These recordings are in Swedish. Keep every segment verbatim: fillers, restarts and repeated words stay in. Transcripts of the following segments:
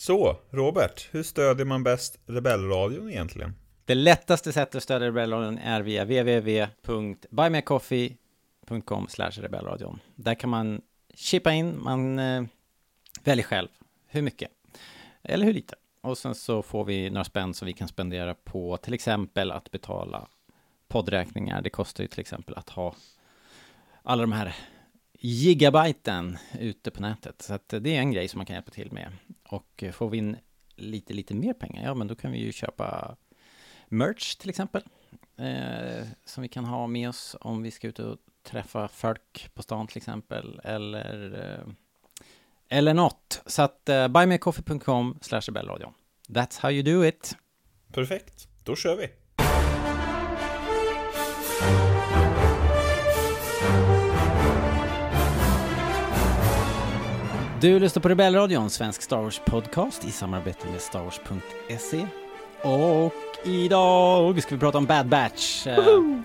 Så, Robert, hur stödjer man bäst Rebellradion egentligen? Det lättaste sättet att stödja Rebellradion är via w w w punkt buy me a coffee punkt com slash rebellradion. Där kan man chippa in, man eh, väljer själv hur mycket eller hur lite. Och sen så får vi några spänn som vi kan spendera på till exempel att betala poddräkningar. Det kostar ju till exempel att ha alla de här gigabyten ute på nätet. Så att det är en grej som man kan hjälpa till med. Och får vi in lite, lite mer pengar, ja men då kan vi ju köpa merch till exempel. Eh, som vi kan ha med oss om vi ska ut och träffa folk på stan till exempel. Eller, eh, eller något. Så att eh, buy me a coffee punkt com slash rebellradion. That's how you do it. Perfekt, då kör vi. Du lyssnar på Rebellradion, svensk Star Wars podcast i samarbete med Star Wars punkt se. Och idag ska vi prata om Bad Batch. Uh,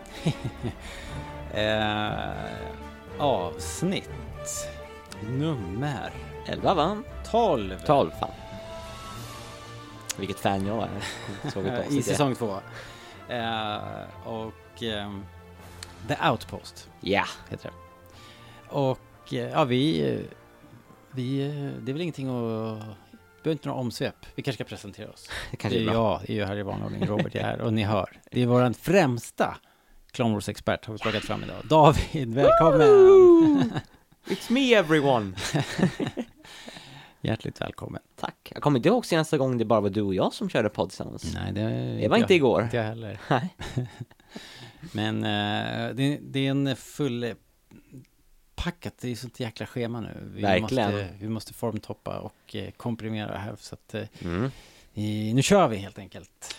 uh, avsnitt nummer elva va? tolv. tolv, fan. Vilket fan jag är. Såg vi i säsong två. Uh, och um, The Outpost. Ja, yeah. Heter det. Och uh, ja, vi... Vi, det är väl ingenting att... Vi behöver inte några omsvep. Vi kanske ska presentera oss. Det, det är jag, det är ju här i vanlig ordning. Robert är här och ni hör. Det är vår främsta Clone Wars-expert har vi plockat fram idag. David, välkommen! It's me everyone! Hjärtligt välkommen. Tack. Jag kommer inte ihåg senaste gången det bara var du och jag som körde podd tillsammans. Nej, det, det var inte jag, igår. Inte jag heller. Nej. Men uh, det, det är en full... packat, det är sånt jäkla schema nu. Vi Verkligen. Måste, vi måste formtoppa och eh, komprimera här. Så att, eh, mm. i, nu kör vi helt enkelt.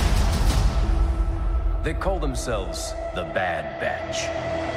They call themselves the Bad Batch.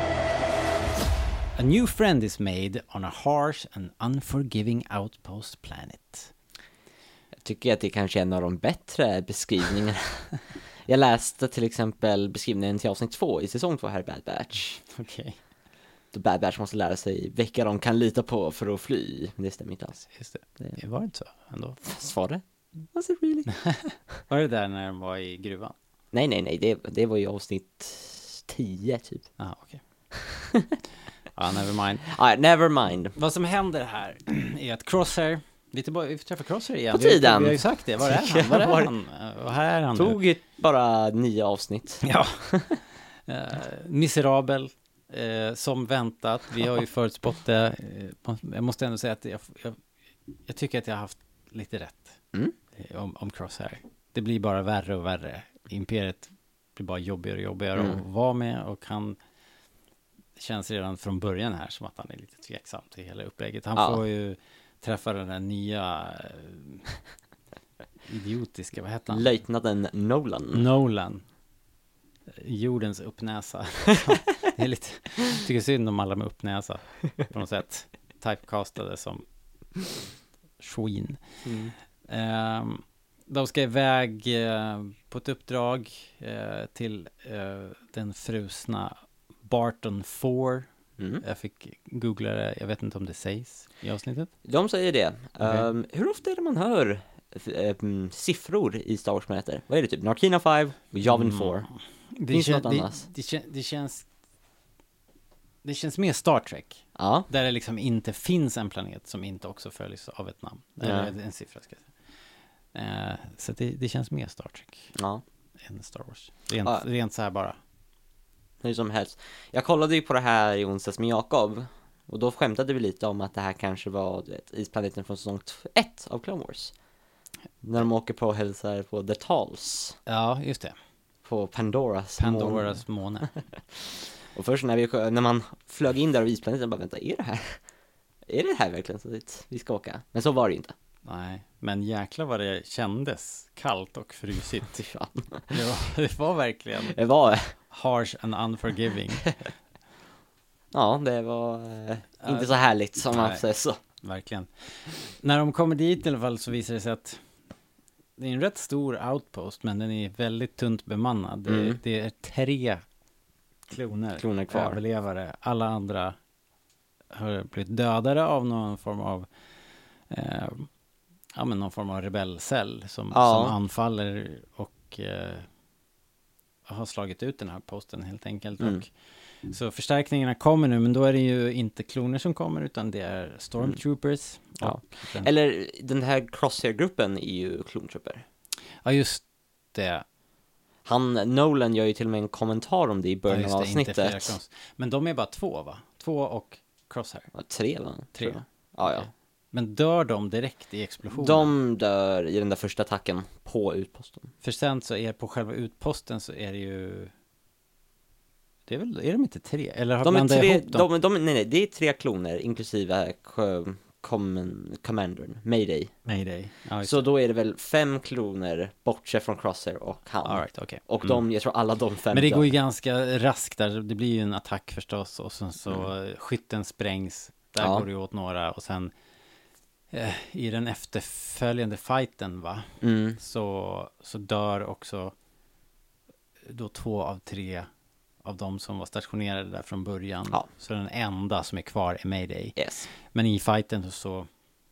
A new friend is made on a harsh and unforgiving outpost planet. Jag tycker att det kanske är en av de bättre beskrivningarna. Jag läste till exempel beskrivningen till avsnitt två i säsong två här i Bad Batch. Okej. Okay. The Bad Batch måste lära sig vilka de kan lita på för att fly. Men det stämmer inte alls. Just det. Det, det var inte så ändå. Var det? Was it really? Var det där när de var i gruvan? Nej, nej, nej. Det, det var ju avsnitt tio typ. Ah, okej. Okay. Ja, never mind. Ah, never mind. Vad som händer här är att Crosshair... Vi, tillbaka, vi träffar Crosshair igen. På tiden. Vi, vi har ju sagt det. Var är han? Var är han? Och här är han. Tog ju bara nio avsnitt. Ja. uh, miserabel. Eh, som väntat, vi har ju förutspått det. Eh, jag måste ändå säga att jag, jag, jag tycker att jag har haft lite rätt mm. eh, om, om Crosshair. Det blir bara värre och värre. Imperiet blir bara jobbigare och jobbigare mm. att vara med, och han känns redan från början här som att han är lite tveksam till hela upplägget. Han ja. får ju träffa den där nya eh, idiotiska, vad heter han? Löjtnanten Nolan. Nolan. Jordens uppnäsa. Det är lite, jag tycker synd om alla med uppnäsa på något sätt. Typecastade som svin. Mm. Um, de ska iväg uh, på ett uppdrag uh, till uh, den frusna Barton four. Mm. Jag fick googla det, jag vet inte om det sägs i avsnittet. De säger det. Okay. Um, hur ofta är det man hör um, siffror i Star Wars-planeter? Vad är det typ? Narkina five och Yavin four. Mm. Det, kän- det, det, kän- det känns det känns mer Star Trek. Ja. Där det liksom inte finns en planet som inte också följs av ett namn. Ja. Eller en siffra ska jag säga. Eh, så det, det känns mer Star Trek. Ja. Än Star Wars. Rent, ja. rent så här bara. Hur som helst. Jag kollade ju på det här i onsdags med Jakob. Och då skämtade vi lite om att det här kanske var vet, isplaneten från säsong ett av Clone Wars. När de åker på och hälsar på The Talls. Ja, just det. På Pandoras, Pandoras måne. Och först när, vi, när man flög in där av isplaneten, bara vänta, är det här? Är det här verkligen så dit vi ska åka? Men så var det inte. Nej, men jäklar vad det kändes kallt och frysigt. Fan. Det var, det var verkligen det var harsh and unforgiving. Ja, det var eh, inte så härligt som man säger så. Verkligen. När de kommer dit i alla fall så visar det sig att det är en rätt stor outpost, men den är väldigt tunt bemannad. Det, mm. det är tre kloner, kloner kvar. Överlevare. Alla andra har blivit dödade av någon form av eh, ja, men någon form av rebellcell som, Ja. som anfaller och eh, har slagit ut den här posten helt enkelt. Mm. Och, så förstärkningarna kommer nu, men då är det ju inte kloner som kommer, utan det är stormtroopers. Mm. Ja. Och den, Eller den här Crosshair-gruppen är ju klontrupper. ja, just det. Han, Nolan gör ju till och med en kommentar om det i Ja, början just av det, inte flera avsnittet. klons. Men de är bara två, va? Två och Crosshair. Ja, tre va? Tre. Tror jag. Ja, ja. Okej. Men dör de direkt i explosionen? De dör i den där första attacken på utposten. För sen så är på själva utposten så är det ju... Det är väl, är de inte tre? Eller har De är blandat tre, ihop dem? de, de, nej, nej, det är tre kloner inklusive sjö, common, commandern, Mayday. Mayday. Ja, just Så då är det väl fem kloner bortsett från Crosshair och han. All right, okej. Och Mm. de, jag tror alla de fem Men det dör. går ju ganska raskt där. Det blir ju en attack förstås. Och sen så Mm. skytten sprängs. Där Ja. går det ju åt några. Och sen eh, i den efterföljande fighten, va? Mm. Så, så dör också då två av tre av de som var stationerade där från början. Ja. Så den enda som är kvar är Mayday. Yes. Men i fighten så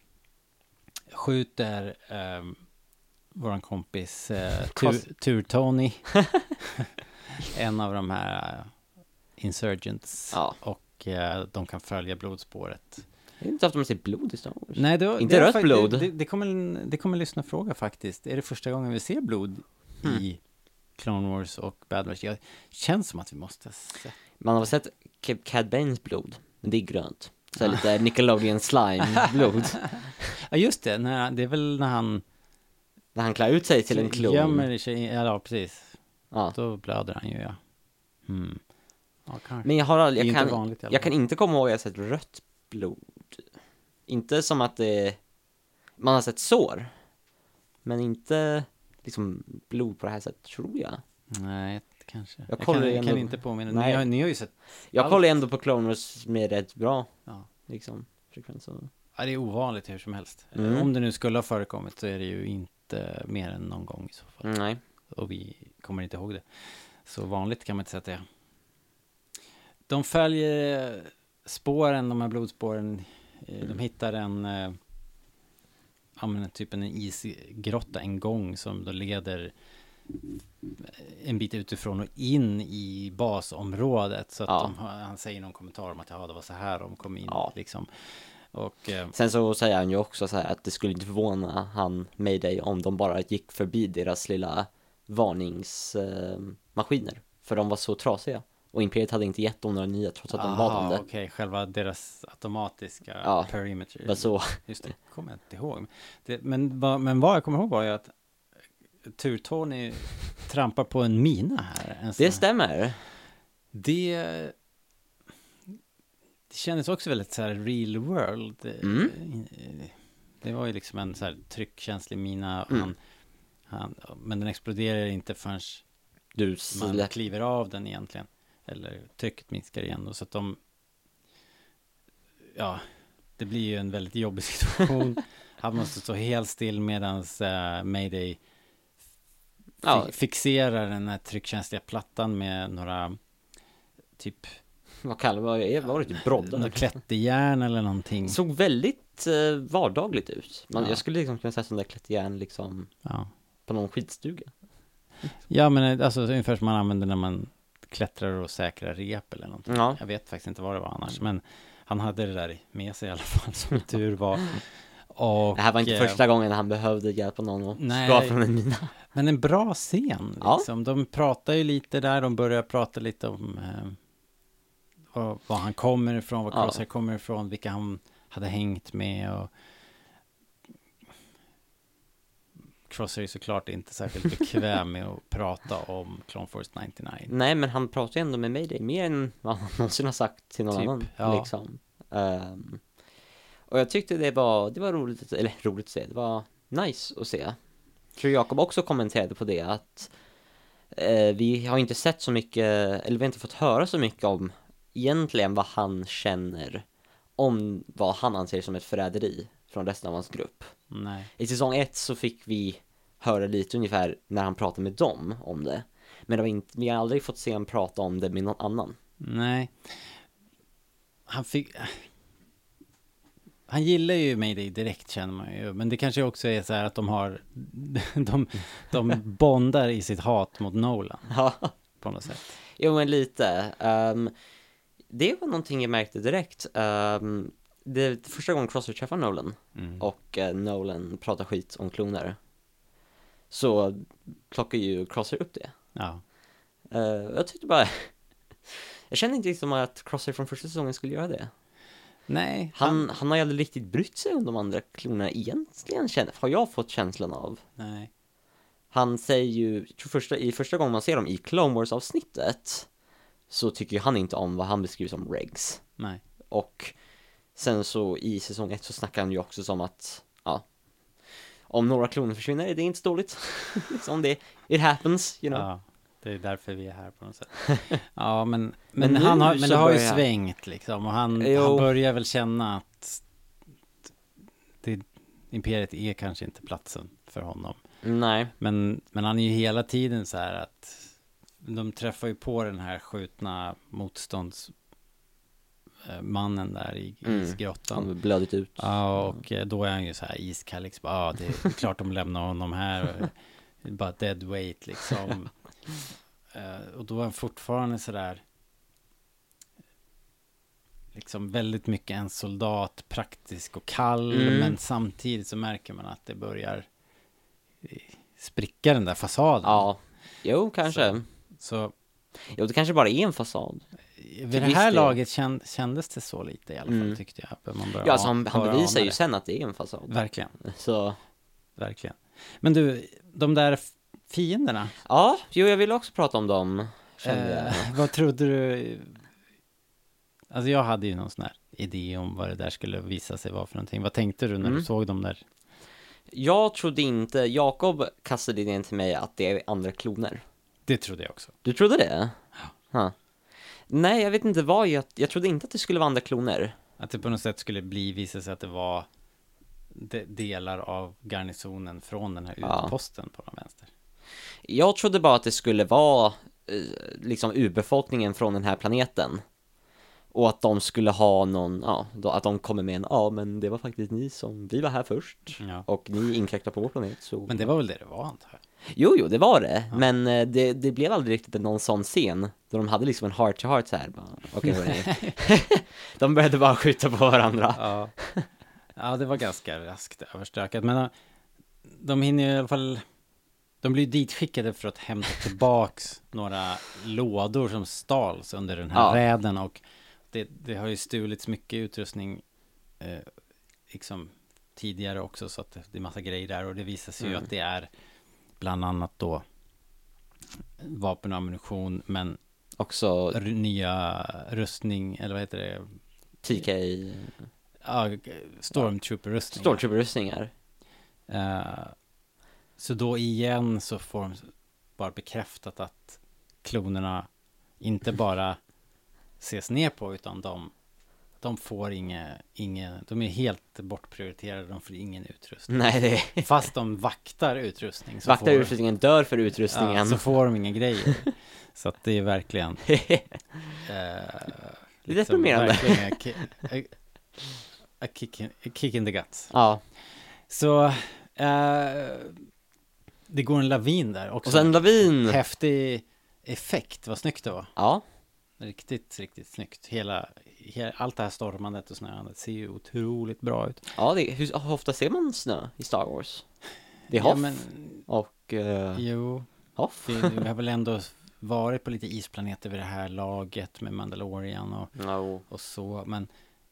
skjuter um, våran kompis uh, Cross- tur, tur Tony en av de här uh, insurgents. Ja. Och uh, de kan följa blodspåret. Jag vet inte om man ser blod i Star Wars. Nej, det, Inte det är rött fakt- blod. Det, det, det kommer en, det kommer en lyssnarfråga faktiskt. Är det första gången vi ser blod Mm. i Clone Wars och Bad Batch? Jag känns som att vi måste se. Man har sett Ca- Cad Banes blod, men det är grönt. Så här lite Nickelodeon slime-blod. Ja, just det. När, det är väl när han När han klär ut sig till en klon. gömmer sig. Ja, precis. Ja. Då blöder han ju, ja. Hmm. Ja, kanske. Men jag har aldrig, Det är jag inte kan, vanligt i alla jag fall. kan inte komma ihåg att jag sett rött blod. Inte som att det, man har sett sår. Men inte liksom blod på det här sättet, tror jag. Nej, kanske. Jag Jag, kollar kan, ju jag kan ändå- inte påminna. Nej. Ni har, ni har ju sett... Jag Allt. kollar ändå på Clone Wars med rätt bra, Ja. liksom, frekvens och... Ja, det är ovanligt hur som helst. Mm. Om det nu skulle ha förekommit så är det ju inte mer än någon gång i så fall. Nej. Och vi kommer inte ihåg det. Så vanligt kan man inte säga att det är. De följer spåren, de här blodspåren. Eh, De hittar en, eh, ja, men typ en isgrotta en gång som då leder en bit utifrån och in i basområdet. Så att Ja. de, har- han säger någon kommentar om att ja, det var så här de kom in. Ja. Liksom. Och eh, Sen så säger han ju också så här att det skulle inte förvåna han Mayday om de bara gick förbi deras lilla varningsmaskiner. Eh, maskiner. För de var så trasiga. Och Imperiet hade inte gett dem några nya trots att de bad om det. Okej, själva deras automatiska Ja, perimeter. Det var så. Just det, kommer jag inte ihåg. Det, men, vad- men vad jag kommer ihåg var ju att Tur-Tony trampar på en mina här. En sån Det här- stämmer. Det, det kändes också väldigt så här real world. Mm. Det var ju liksom en så här tryckkänslig mina. Mm. Han, han, men den exploderar inte förrän Du man släpp. kliver av den egentligen. Eller trycket minskar igen. Då, så att de... Ja, det blir ju en väldigt jobbig situation. Han måste stå helt still medan uh, Mayday fi- Ja. fixerar den här tryckkänsliga plattan med några typ Vad kallar vad är var det typ broddar? några klätterjärn eller någonting. Såg väldigt eh, vardagligt ut. Man, Ja. Jag skulle liksom kunna säga sån där klätterjärn liksom Ja. på någon skidstuga. ja, men alltså ungefär som man använder när man klättrar och säkrar rep eller någonting. Ja. Jag vet faktiskt inte vad det var annars, men han hade det där med sig i alla fall, som tur var. Och, Det här var inte eh, första gången han behövde hjälpa någon att nej. dra från en mina. Men en bra scen, Ja. liksom. De pratar ju lite där, de börjar prata lite om eh, var, var han kommer ifrån, var Ja. Crosshair kommer ifrån, vilka han hade hängt med och Crosshair är såklart inte särskilt bekväm med att prata om Clone Force nittionio. Nej, men han pratar ju ändå med Mayday mer än vad han någonsin har sagt till någon Typ, annan. ja. Liksom. Ehm, och jag tyckte det var, det var roligt, att- eller roligt att se, det var nice att se. Jag tror Jakob också kommenterade på det att eh, vi har inte sett så mycket, eller vi har inte fått höra så mycket om egentligen vad han känner om vad han anser som ett förräderi från resten av hans grupp. Nej. I säsong ett så fick vi höra lite ungefär när han pratade med dem om det. Men det var inte, vi har aldrig fått se honom prata om det med någon annan. Nej. Han fick... Han gillar ju Mayday direkt, känner man ju. Men det kanske också är så här att de har... De, de bondar i sitt hat mot Nolan. Ja. På något sätt. Jo, men lite. Um, det var någonting jag märkte direkt. Um, det är första gången Crosser träffar Nolan. Mm. Och uh, Nolan pratar skit om kloner. Så plockar ju Crosser upp det. Ja. Uh, jag tyckte bara... jag kände inte liksom att Crosser från första säsongen skulle göra det. Nej. Han, han har ju aldrig riktigt brytt sig om de andra klonerna egentligen, känner, har jag fått känslan av. Nej. Han säger ju, jag tror första, i första gången man ser dem i Clone Wars-avsnittet, så tycker ju han inte om vad han beskriver som regs. Nej. Och sen så i säsong ett så snackar han ju också som att, ja, om några kloner försvinner är det inte så dåligt. Liksom det, it happens, you know. Ja, det är därför vi är här på något sätt. Ja, men, Men men, nu han har, så men det har ju börjar- svängt liksom. Och han, Jo. han börjar väl känna att det, Imperiet är kanske inte platsen för honom. Nej. Men, men han är ju hela tiden så här att de träffar ju på den här skjutna motståndsmannen där i Mm. isgrottan. Han har blödigt ut. Ja, och eh, då är han ju så här iskall liksom. Ja, det är klart de lämnar honom här. Och, bara dead weight liksom. Eh, och då är han fortfarande så där liksom väldigt mycket en soldat, praktisk och kall. Mm. Men samtidigt så märker man att det börjar eh, spricka den där fasaden. Ja, jo kanske. Så Jo, det kanske bara är en fasad. vid det Visst här det. laget känd, kändes det så lite i alla fall, Mm. tyckte jag. Man börjar Ja, alltså han, ana- han börjar bevisar ana ju det. sen att det är en fasad. Verkligen, Så, verkligen. Men du, de där f- fienderna, ja, jo, jag vill också prata om dem. Kände jag. eh, vad trodde du? Alltså jag hade ju någon sån här idé om vad det där skulle visa sig vara för någonting. Vad tänkte du när Mm. du såg dem där? Jag trodde inte, Jakob kastade idén till mig att det är andra kloner. Det trodde jag också. Du trodde det? Ja. Nej, jag vet inte vad jag, jag trodde inte att det skulle vara andra kloner. Att det på något sätt skulle bli, visa sig att det var de, delar av garnisonen från den här Ja. utposten på den vänster. Jag trodde bara att det skulle vara eh, liksom urbefolkningen från den här planeten. Och att de skulle ha någon, ja, då, att de kommer med en, ja men det var faktiskt ni som, vi var här först. Ja. Och ni inkräktade på vår planet, så... Men det var väl det det var, antar jag. Jo, jo, det var det. Men eh, det, det blev aldrig riktigt någon sån scen. Då de hade liksom en heart to heart så här. bara, Okej, hörni. De började bara skjuta på varandra. Ja. Ja, det var ganska raskt överstökat. Men uh, de hinner ju i alla fall... De blir ditskickade för att hämta tillbaks några lådor som stals under den här Ja. räden. Och det, det har ju stulits mycket utrustning eh, liksom tidigare också. Så att det, det är massa grejer där. Och det visar sig ju Mm. att det är bland annat då vapen och ammunition. Men Också r- nya rustning, eller vad heter det? T K Ja, Stormtrooper-rustningar. Stormtrooper-rustningar. Eh, så då igen så får de bara bekräftat att klonerna inte bara ses ner på, utan de, de får inga, inga, de är helt bortprioriterade, de får ingen utrustning. Nej, det är... Fast de vaktar utrustning så, Vaktar får, utrustningen dör för ja, utrustningen. så får de inga grejer. Så att det är verkligen eh, Det är deprimerande. verkligen a, ki- a, a, kick in, a kick in the guts. Ja. Så eh, det går en lavin där också. Och sen lavin. Häftig effekt, vad snyggt det var. Ja. Riktigt, riktigt snyggt. Hela, hela, allt det här stormandet och snöandet ser ju otroligt bra ut. Ja, det, hur, hur ofta ser man snö i Star Wars? Det är Ja, Hoff men, och uh, jo, Hoff. det, vi har väl ändå varit på lite isplaneter vid det här laget med Mandalorian och, No. och så, men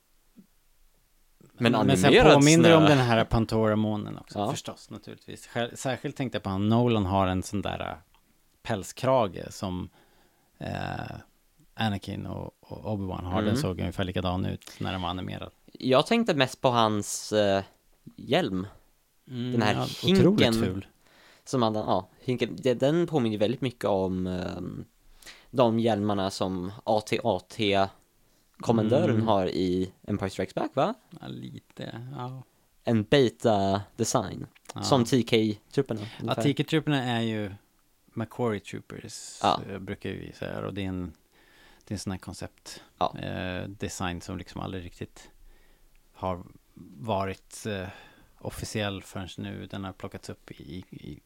Men men sen animerad påminner det om snö. den här Pantora-månen också, Ja. förstås, naturligtvis. Själv- Särskilt tänkte jag på han Nolan har en sån där äh, pälskrage som eh, Anakin och, och Obi-Wan har. Mm. Den såg ungefär likadan ut när den var animerad. Jag tänkte mest på hans uh, hjälm. Mm, Den här ja, hinken. otroligt ful. Som hade, ja, hinken, det, den påminner väldigt mycket om um, de hjälmarna som A T A T-kommendören Mm. har i Empire Strikes Back, va? Ja, lite, ja. En beta-design. Ja. Som T K-trupperna. Ja, ungefär. T K-trupperna är ju Macquarie Troopers, Ja. eh, brukar vi säga. Och det är en, det är en sån här koncept Ja. eh, design som liksom aldrig riktigt har varit eh, officiell förrän nu. Den har plockats upp i, i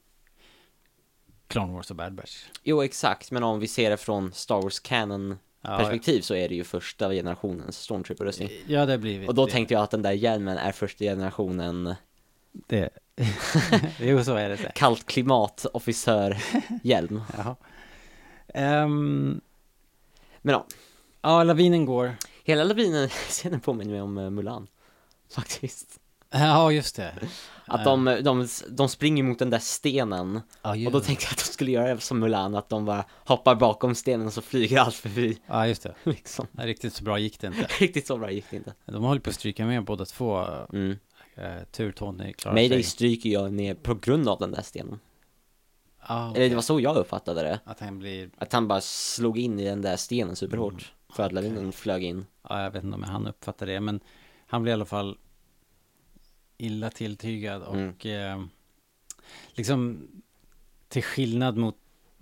Clone Wars och Bad Batch. Jo, exakt, men om vi ser det från Star Wars canon Ja, perspektiv så är det ju första generationens Stormtrooper-rustning. ja, det har blivit Och då det. tänkte jag att den där hjälmen är första generationen det. Jo, så är det. Så. kallt klimatofficer-hjälm. Jaha. Um, Men ja, ja, lavinen går. hela lavinen scenen påminner mig om uh, Mulan. Faktiskt. Ja, just det. Att de, de, de springer mot den där stenen. Ja, Och då tänkte jag att de skulle göra det som Mulan. Att de bara hoppar bakom stenen och så flyger allt förbi. Ja, just det. Liksom. Ja, riktigt så bra gick det inte. Riktigt så bra gick det inte. De håller på att stryka med båda två. Mm. Uh, tur Tony klarar Mayday sig. stryker jag ner på grund av den där stenen. Ja, Eller det var så jag uppfattade det. att han blir... Att han bara slog in i den där stenen superhårt. Mm. För att lavinen flög in. Ja, jag vet inte om han uppfattar det, men han blir i alla fall illa tilltygad och Mm. eh, liksom till skillnad mot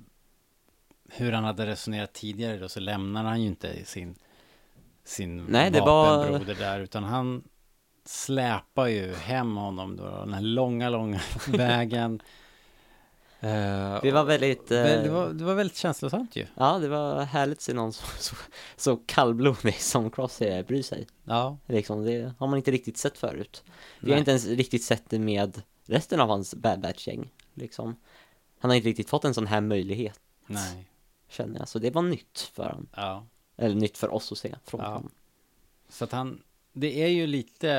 hur han hade resonerat tidigare då, så lämnar han ju inte sin sin Nej, det var- vapenbroder där, utan han släpar ju hem honom då, den här långa, långa vägen. Eh, Det var väldigt... eh, väl- det, var, det var väldigt känslosamt ju. Ja, det var härligt att se någon så, så, så kallblodig som Crosshair bryr sig. Ja, Liksom, det har man inte riktigt sett förut. Vi nej. har inte ens riktigt sett det med resten av hans Bad Batch-gäng. Liksom. Han har inte riktigt fått en sån här möjlighet, Nej, känner jag. Så det var nytt för honom. ja. Eller nytt för oss att se från Ja. honom. Så att han, det är ju lite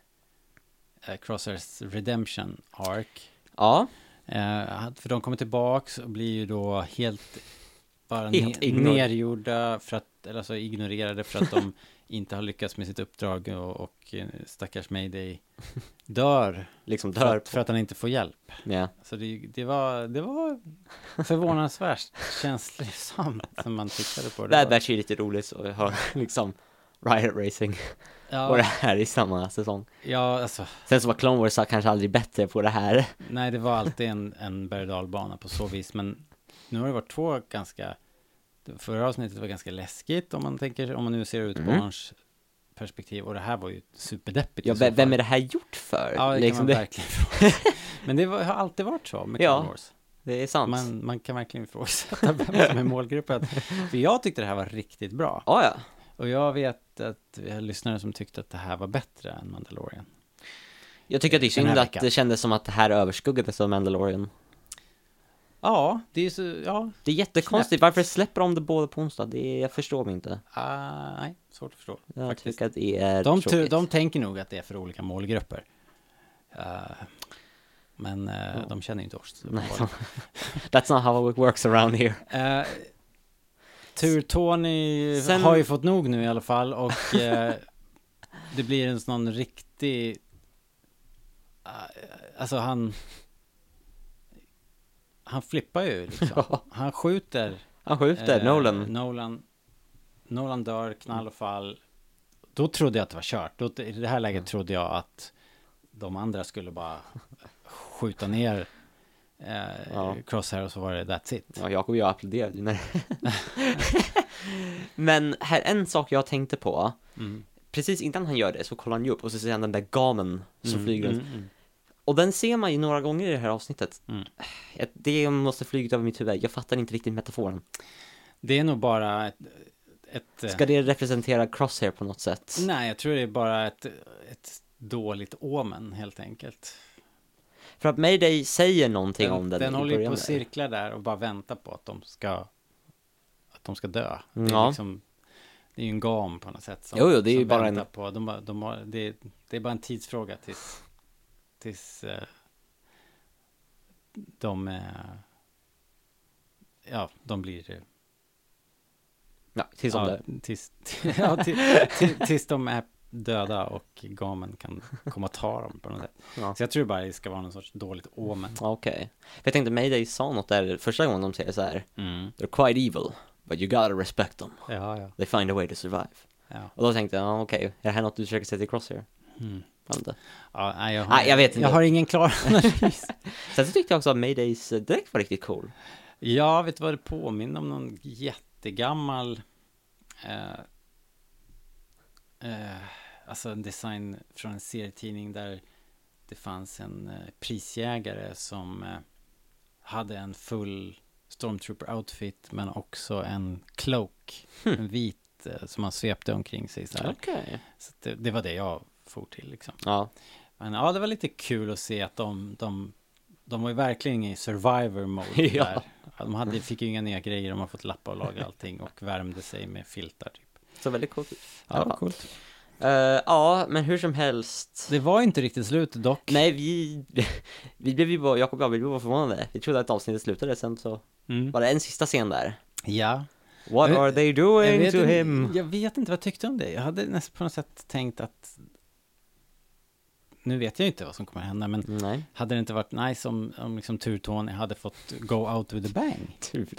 uh, Crosshairs Redemption Arc. Ja, Uh, för de kommer tillbaks och blir ju då helt bara Helt ne- ignorerade. nergjorda för att, eller alltså ignorerade för att de inte har lyckats med sitt uppdrag och, och eh, stackars Mayday dör liksom för dör att, för att han inte får hjälp. Ja. Så det, det var, det var förvånansvärt känslosamt när man tittade på det. Bad var- Batch är lite roligt så vi har liksom Riot Racing och det ja, här i samma säsong. ja, alltså Sen så var Clone Wars kanske aldrig bättre på det här. nej, det var alltid en, en berg- och dalbana på så vis, men nu har det varit två ganska, förra avsnittet var ganska läskigt om man tänker, om man nu ser ut Mm. barns perspektiv, och det här var ju superdeppigt. Ja, i så ve- vem fall. är det här gjort för? Ja, det liksom kan man det, verkligen fråga. Men det var, har alltid varit så med Ja, Clone Wars. det är sant. Man, man kan verkligen ifrågasätta vem som är målgruppen. För jag tyckte det här var riktigt bra. Ja, ja. Och jag vet att vi har lyssnare som tyckte att det här var bättre än Mandalorian. Jag tycker att det är Den synd här att veckan. det kändes som att det här överskuggades av Mandalorian. Ja, det är så, ja, Det är jättekonstigt, Knäppt. varför släpper de det båda på onsdag? Det är, jag förstår mig inte. ah, nej, svårt att förstå. Jag faktiskt. tycker att det är De, tråkigt. tu- de tänker nog att det är för olika målgrupper. Uh, men uh, Ja. de känner ju inte oss. Nej, de- That's not how it works around here. Uh, Tur Tony Sen- har ju fått nog nu i alla fall, och eh, det blir en sån riktig, uh, alltså han han flippar ju liksom. Ja. Han skjuter Han skjuter, eh, Nolan. Nolan Nolan dör, knall och fall. Då trodde jag att det var kört. Då, I det här läget trodde jag att de andra skulle bara skjuta ner eh, Ja. Crosshair, och så var det that's it. Ja, Jakob och jag applåderade ju när Men här, en sak jag tänkte på. Mm. Precis innan han gör det så kollar han ju upp och så ser han den där gamen som Mm, flyger runt. mm, mm. Och den ser man ju några gånger i det här avsnittet. Mm. Ett- Det måste flygit över mitt huvud. Jag fattar inte riktigt metaforen. Det är nog bara ett, ett eh, Ska det representera Crosshair på något sätt? nej, jag tror det är bara ett, ett dåligt omen helt enkelt. För att Mayday säger någonting Den, om den. den i håller ju början på att där. cirkla där och bara väntar på att de ska att de ska dö. Det är Ja. liksom, det är ju en gam på något sätt som, Jo, jo, det är som ju bara väntar en- på, de, bara- de har, det, det är bara en tidsfråga tills tills eh, de eh, ja, de blir eh, Ja, tills de ja, dör. tills, ja, till, till, tills de är döda och gamen kan komma och ta dem på något sätt. Ja. Så jag tror bara det ska vara någon sorts dåligt omen. Okej. För jag tänkte Mayday sa något där första gången de säger så här. Mm. They're quite evil, but you gotta respect them. Ja, ja, They find a way to survive. ja. Och då tänkte jag, ja, okej, är det här något du försöker sätta i Crosshair? Mm. Jag vet inte. Ja, nej, jag, har, Nej, jag vet inte. Jag har ingen klar analys. Sen så tyckte jag också att Maydays eh, dräkt var riktigt cool. Ja, vet du vad det påminner om? Någon jättegammal eh, eh, alltså en design från en serietidning där det fanns en eh, prisjägare som eh, hade en full Stormtrooper-outfit men också en cloak, Hmm. en vit eh, som han svepte omkring sig så här. Okej. Så att det, det var det jag for till liksom. Ja. Men ja, det var lite kul att se att de, de, de var ju verkligen i survivor mode Ja. där. De hade, fick ju inga nya grejer, de har fått lappa och laga allting och värmde sig med filtar typ. Så väldigt coolt ut. Ja, Ja. coolt. Eh, ja, men hur som helst. Det var inte riktigt slut dock. Nej, vi, vi blev ju bara, Jakob och jag, vi blev bara förvånade. Vi trodde att avsnittet slutade, sen så Mm. var det en sista scen där. Ja. What Jag- are they Jag doing vet, to inte, him? jag vet inte vad jag tyckte om det. Jag hade nästan på något sätt tänkt att nu vet jag inte vad som kommer hända, men Nej. hade det inte varit nice om, om liksom Tur-Tony hade fått go out with a bang?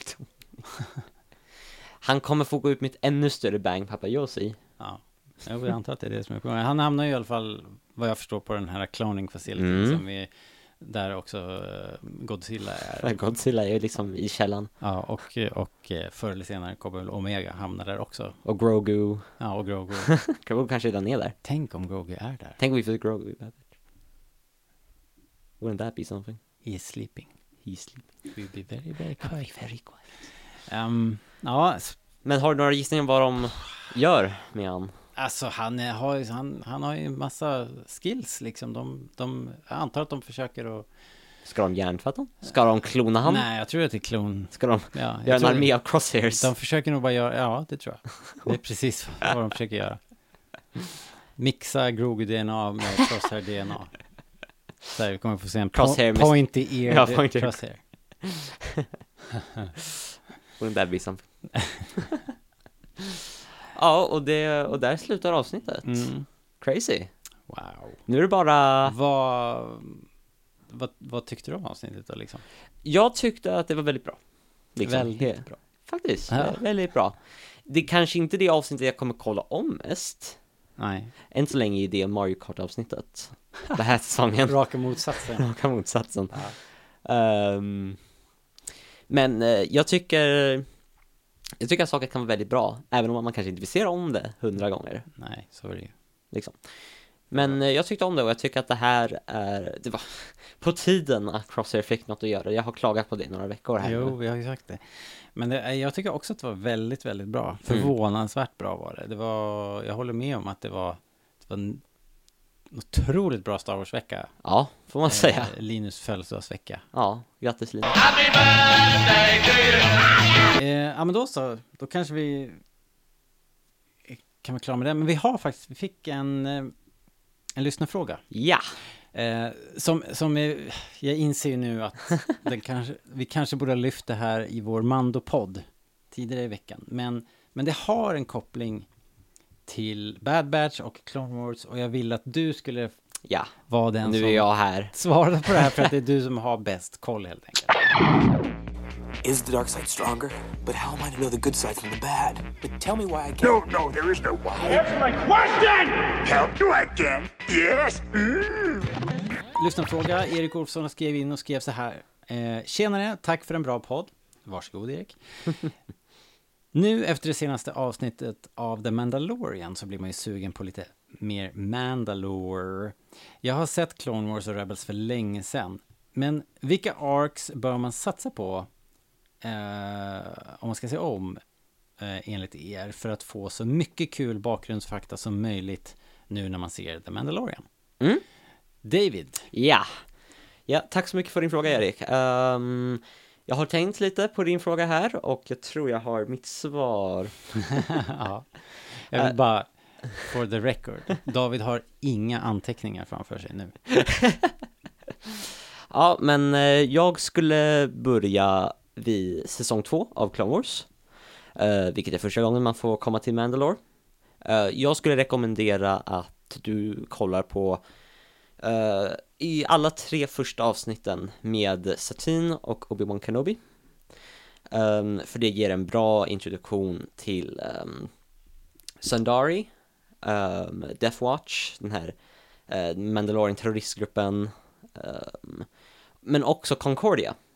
Han kommer få gå ut med ett ännu större bang, pappa Josie. Ja, jag antar att det är det som är problemet. Han hamnar ju i alla fall, vad jag förstår, på den här cloning facility Mm. som vi, där också eh, Godzilla är. Godzilla är ju liksom i källan. Ja, och, och eh, förr eller senare kommer väl Omega hamna där också. Och Grogu. Ja, och Grogu. Grogu kanske redan är där. Tänk om Grogu är där. Tänk om vi får Grogu. Wouldn't that be something? He is sleeping. He's sleeping. We'll be very, very quiet. Very quiet. Um, ja, s- Men har du några gissningar vad de gör med han? alltså han, är, har, ju- han, han har ju en massa skills liksom. De, de, jag antar att de försöker att... Ska de hjärntvätta honom? Ska de klona han? Nej, jag tror att det är klon. Ska de Ja, göra jag en tror, armé av crosshairs? de försöker nog bara göra, ja det tror jag. Det är precis vad de försöker göra. Mixa Grogu-D N A med Crosshair-D N A. Så här, vi kommer få se en Crosshair po- med- pointy ear Ja, pointy ear. Crosshair. Wouldn't that be something? Ja, och, det, och där slutar avsnittet. Mm. Crazy. Wow. Nu är det bara... Vad, vad, vad tyckte du om avsnittet då liksom? Jag tyckte att det var väldigt bra. Liksom. Väldigt He- bra. Faktiskt, Ja. vä- väldigt bra. Det är kanske inte det avsnittet jag kommer kolla om mest. Nej. Än så länge är det Mario Kart-avsnittet. Den här säsongen. Raka motsatsen. Raka motsatsen. Ja. Ehm, men eh, jag tycker jag tycker att saker kan vara väldigt bra, även om man kanske inte vill se om det hundra gånger Nej, så är det ju. liksom. Men eh, jag tyckte om det och jag tycker att det här är, det var på tiden att Crosshair fick något att göra. Jag har klagat på det några veckor här. Jo, nu. vi har ju sagt det. Men det, jag tycker också att det var väldigt, väldigt bra. Mm. Förvånansvärt bra var det. Det var, jag håller med om att det var, det var en otroligt bra Star Wars-vecka. Ja, får man säga. Eh, Linus födelsedagsvecka. Ja, grattis Linus. Eh, ja, men då så. Då kanske vi kan vi klara med det. Men vi har faktiskt, vi fick en, eh, en lyssnarfråga. Ja, Eh, som, som är, jag inser ju nu att den kanske, vi kanske borde ha lyft det här i vår Mando-podd tidigare i veckan. Men, men det har en koppling till Bad Batch och Clone Wars och jag vill att du skulle ja. vara den Nu som är jag här. svarar på det här för att det är du som har bäst koll helt enkelt. Is the dark side stronger? But how am I to know the good side from the bad? But tell me why I can't. No, no, there is no why. Answer my question! Help you again? Yes? Mm. Lyssnarfråga, Erik Olsson skrev in och skrev så här. Eh, Tjenare, tack för en bra podd. Varsågod Erik. Nu efter det senaste avsnittet av The Mandalorian så blir man ju sugen på lite mer Mandalore. Jag har sett Clone Wars och Rebels för länge sedan. Men vilka arcs bör man satsa på eh, om man ska se om eh, enligt er för att få så mycket kul bakgrundsfakta som möjligt nu när man ser The Mandalorian? Mm. David. Ja. Ja, tack så mycket för din fråga Erik. Ehm, jag har tänkt lite på din fråga här och jag tror jag har mitt svar. Ja. Jag vill bara, for the record, David har inga anteckningar framför sig nu. Ja, men eh, jag skulle börja vid säsong två av Clone Wars, eh, vilket är första gången man får komma till Mandalore. Eh, jag skulle rekommendera att du kollar på eh, i alla tre första avsnitten med Satine och Obi-Wan Kenobi. Um, för det ger en bra introduktion till um, Sundari, um, Death Watch, den här uh, Mandalorian terroristgruppen, um, men också Concordia,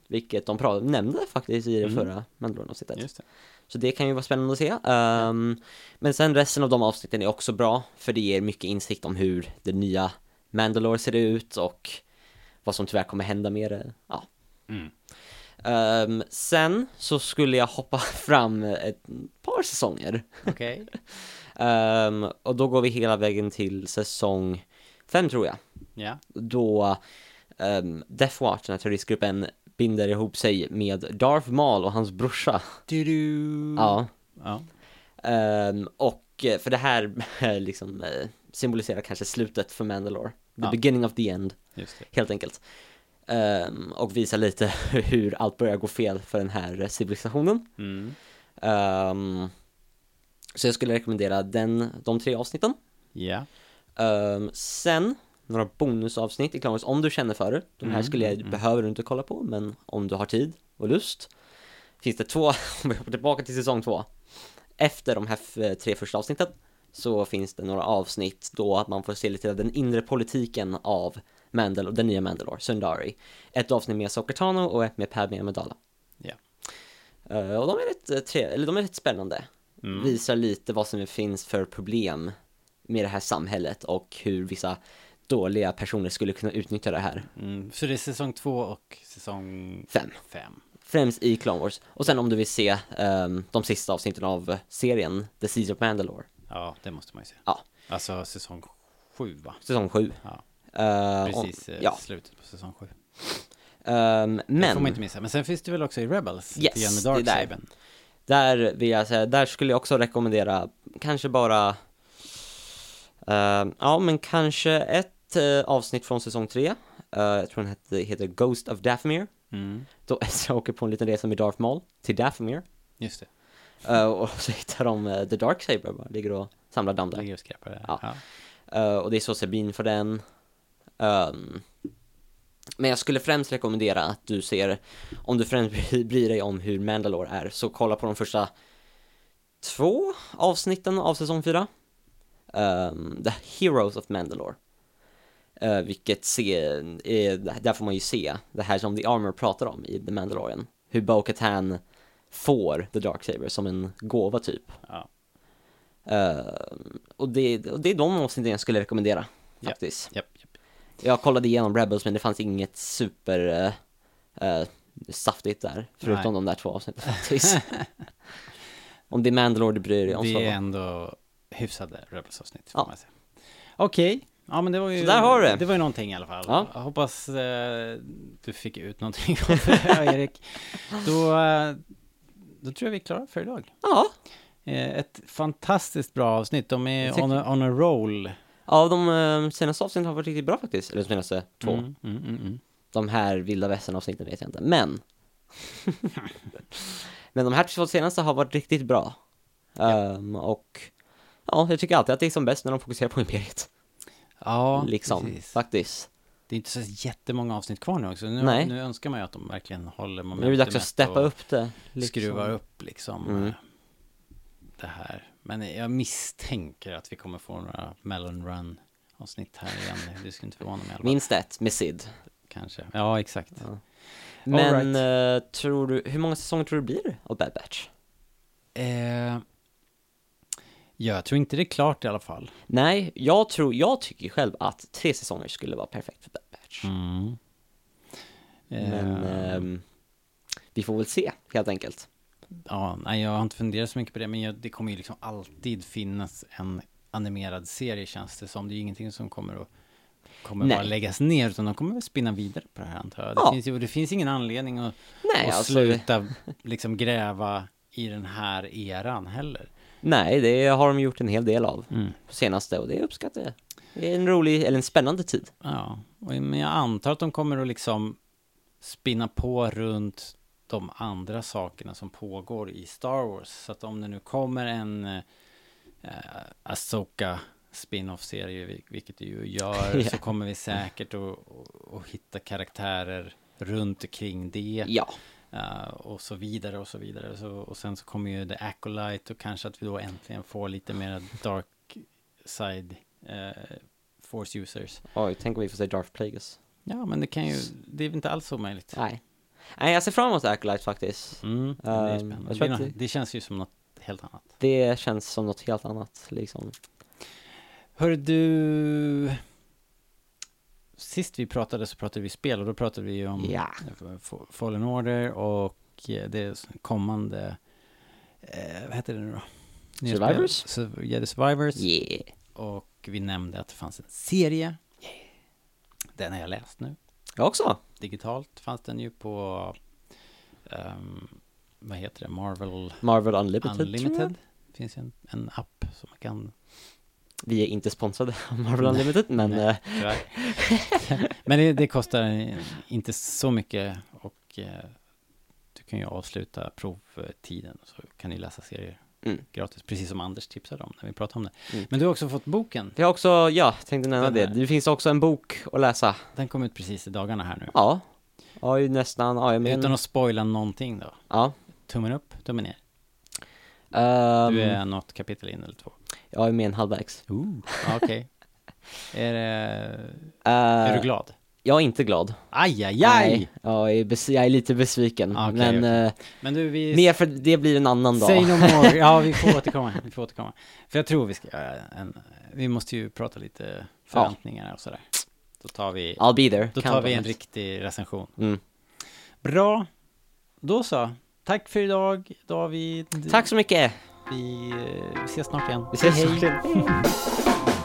vilket de pra- nämnde faktiskt i det Mm. förra Mandalorian-avsnittet. Just det. Så det kan ju vara spännande att se. Um, men sen resten av de avsnitten är också bra, för det ger mycket insikt om hur det nya Mandalore ser ut och vad som tyvärr kommer hända med det. Ja. Mm. Um, sen så skulle jag hoppa fram ett par säsonger. Okej. um, och då går vi hela vägen till säsong fem, tror jag. Ja. Då um, Death Watch, den här terroristgruppen, binder ihop sig med Darth Maul och hans brorsa. Du-du. Ja. Ja. Um, och eh, för det här liksom eh, symboliserar kanske slutet för Mandalore. The Ja. beginning of the end, Just det. helt enkelt. Um, och visar lite hur allt börjar gå fel för den här civilisationen. Mm. Um, så jag skulle rekommendera den, de tre avsnitten. Ja. Um, sen några bonusavsnitt i Clone Wars om du känner för det. De här Mm, skulle jag, mm, mm. behöver du inte kolla på, men om du har tid och lust. Finns det två, om vi hoppar tillbaka till säsong två. Efter de här f- tre första avsnitten så finns det några avsnitt då att man får se lite av den inre politiken av Mandal- den nya Mandalore, Sundari. Ett avsnitt med Ahsoka Tano och ett med Padmé Amidala. Ja. Uh, och de är rätt, uh, tre- eller de är rätt spännande. Mm. Visar lite vad som finns för problem med det här samhället och hur vissa dåliga personer skulle kunna utnyttja det här. Mm. Så det är säsong två och säsong Fem. fem. Främst i Clone Wars. Och sen om du vill se um, de sista avsnitten av serien The Siege of Mandalore. Ja, det måste man ju se. Ja. Alltså säsong sju, va? Säsong sju. Ja. Uh, Precis, och, eh, ja. slutet på säsong sju. Um, Det får man men inte missa. Men sen finns det väl också i Rebels. Yes, lite grann med det är där. Darksaben. där vill jag säga, där skulle jag också rekommendera kanske bara uh, ja, men kanske ett uh, avsnitt från säsong tre. Uh, jag tror den heter, heter Ghost of Dathomir. Mm. Då Ezra åker på en liten resa med Darth Maul till Dathomir. Just det. Uh, och så hittar de uh, The Darksaber bara, ligger och samlar damm där. Ligger och skräpar där. Ja. Ja. Uh, och det är så Sabine för den. Um, men jag skulle främst rekommendera att du ser, om du främst bryr dig om hur Mandalore är, så kolla på de första två avsnitten av säsong fyra. Um, The Heroes of Mandalore. Uh, vilket se, är, där får man ju se det här som The Armor pratar om i The Mandalorian. Hur Bo-Katan får The Darksaber som en gåva typ. Ja. Uh, och, det, och det är de avsnitten jag skulle rekommendera faktiskt. Japp, japp. Jag kollade igenom Rebels, men det fanns inget super uh, uh, saftigt där, förutom Nej. de där två avsnitten faktiskt. Om det är Mandalore du bryr dig om, Det så är ändå hyfsade Rebels-avsnitt, får Ja. man säga. Okej. Ja, men det var ju... Så där har du det. Det var ju någonting i alla fall. Ja. Jag hoppas eh, du fick ut någonting av det, Erik. Då, eh, då tror jag vi är klara för idag. ja, Eh, ett fantastiskt bra avsnitt. De är Jag tycker- on a, on a roll. ja, de uh, senaste avsnitten har varit riktigt bra faktiskt. Eller de senaste två. Mm, mm, mm, mm. De här vilda västern-avsnitten vet jag inte, men men de här två senaste har varit riktigt bra. Um, och ja, jag tycker alltid att det är som bäst när de fokuserar på Imperiet. Ja, liksom, precis. faktiskt. Det är inte så jättemånga avsnitt kvar nu också. Nu, Nej. nu önskar man ju att de verkligen håller Nu momentumet. är det dags att steppa och upp det. liksom. skruva upp liksom Mm. eh, det här. Men jag misstänker att vi kommer få några Melon Run avsnitt här igen. Det skulle inte förvåna mig i alla fall. Minst ett med Sid. Kanske. Ja, exakt. Ja. Men right. eh, tror du, hur många säsonger tror du blir det av Bad Batch? Eh, jag tror inte det är klart i alla fall. Nej, jag tror, jag tycker själv att tre säsonger skulle vara perfekt för Bad Batch. Mm. Men Eh, ehm, vi får väl se, helt enkelt. ja, nej, jag har inte funderat så mycket på det, men jag, det kommer ju liksom alltid finnas en animerad serie, känns det som. Det är ju ingenting som kommer att kommer Nej. bara läggas ner, utan de kommer att spinna vidare på det här, antar jag. Det, Ja. finns ju, det finns ingen anledning att, Nej, att alltså, sluta liksom gräva i den här eran heller. nej, det har de gjort en hel del av Mm. på senaste, och det uppskattar jag. Det är en rolig, eller en spännande tid. Ja, och, men jag antar att de kommer att liksom spinna på runt de andra sakerna som pågår i Star Wars. Så att om det nu kommer en eh, Ahsoka spin-off-serie, vil- vilket det ju gör, Ja. så kommer vi säkert att, att, att hitta karaktärer runt omkring det. Ja, eh, och så vidare och så vidare. Så, och sen så kommer ju The Acolyte, och kanske att vi då äntligen får lite mer dark side eh, force users. oj, tänk om vi får se Darth Plagueis. Ja, men det kan ju, det är inte alls omöjligt. Nej. Nej, jag ser fram emot Acolyte faktiskt. Mm, det, är Um, spännande. jag tror det, att är det- nå- det känns ju som något helt annat. Det känns som något helt annat liksom. Hör du, sist vi pratade så pratade vi spel och då pratade vi ju om Ja. F- Fallen Order och eh, det kommande, eh, vad heter det nu då? Nya Survivors? spel. Så, ja, The Survivors. Yeah. Och vi nämnde att det fanns en serie. Den har jag läst nu. Jag också. Digitalt fanns den ju på, ehm, vad heter det, Marvel Marvel Unlimited. tror jag. Unlimited. Det finns en, en app som man kan... Vi är inte sponsrade av Marvel Unlimited, men Nej, eh, tyvärr. Men det, det kostar inte så mycket och eh, du kan ju avsluta provtiden så kan ni läsa serier Mm. gratis, precis som Anders tipsade om när vi pratade om det. Mm. Men du har också fått boken. vi har också, ja, tänkte nämna Den det. här. Det finns också en bok att läsa. Den kom ut precis i dagarna här nu. Ja. Ja, ju nästan, ja, jag men, Utan att spoila någonting då. ja. Tummen upp, tummen ner. Um, Du är något kapitel in eller två. Jag är med en halvvägs. Ooh. Ja, okej. Är, det, Uh, är du glad? Jag är inte glad. Aj, aj, Nej, aj! jag är, bes- jag är lite besviken. Okej, men okej. eh, Men du, vi... mer för det blir en annan dag. Say no more. Ja, vi får återkomma. Vi får återkomma. För jag tror vi ska göra en... Vi måste ju prata lite förväntningar och sådär. Då tar vi... I'll be there. Då Kan tar vi vara en nice. riktig recension. Mm. Bra. Då så. Tack för idag, David. Tack så mycket. Vi, eh, vi ses snart igen. Vi ses Hej. snart igen.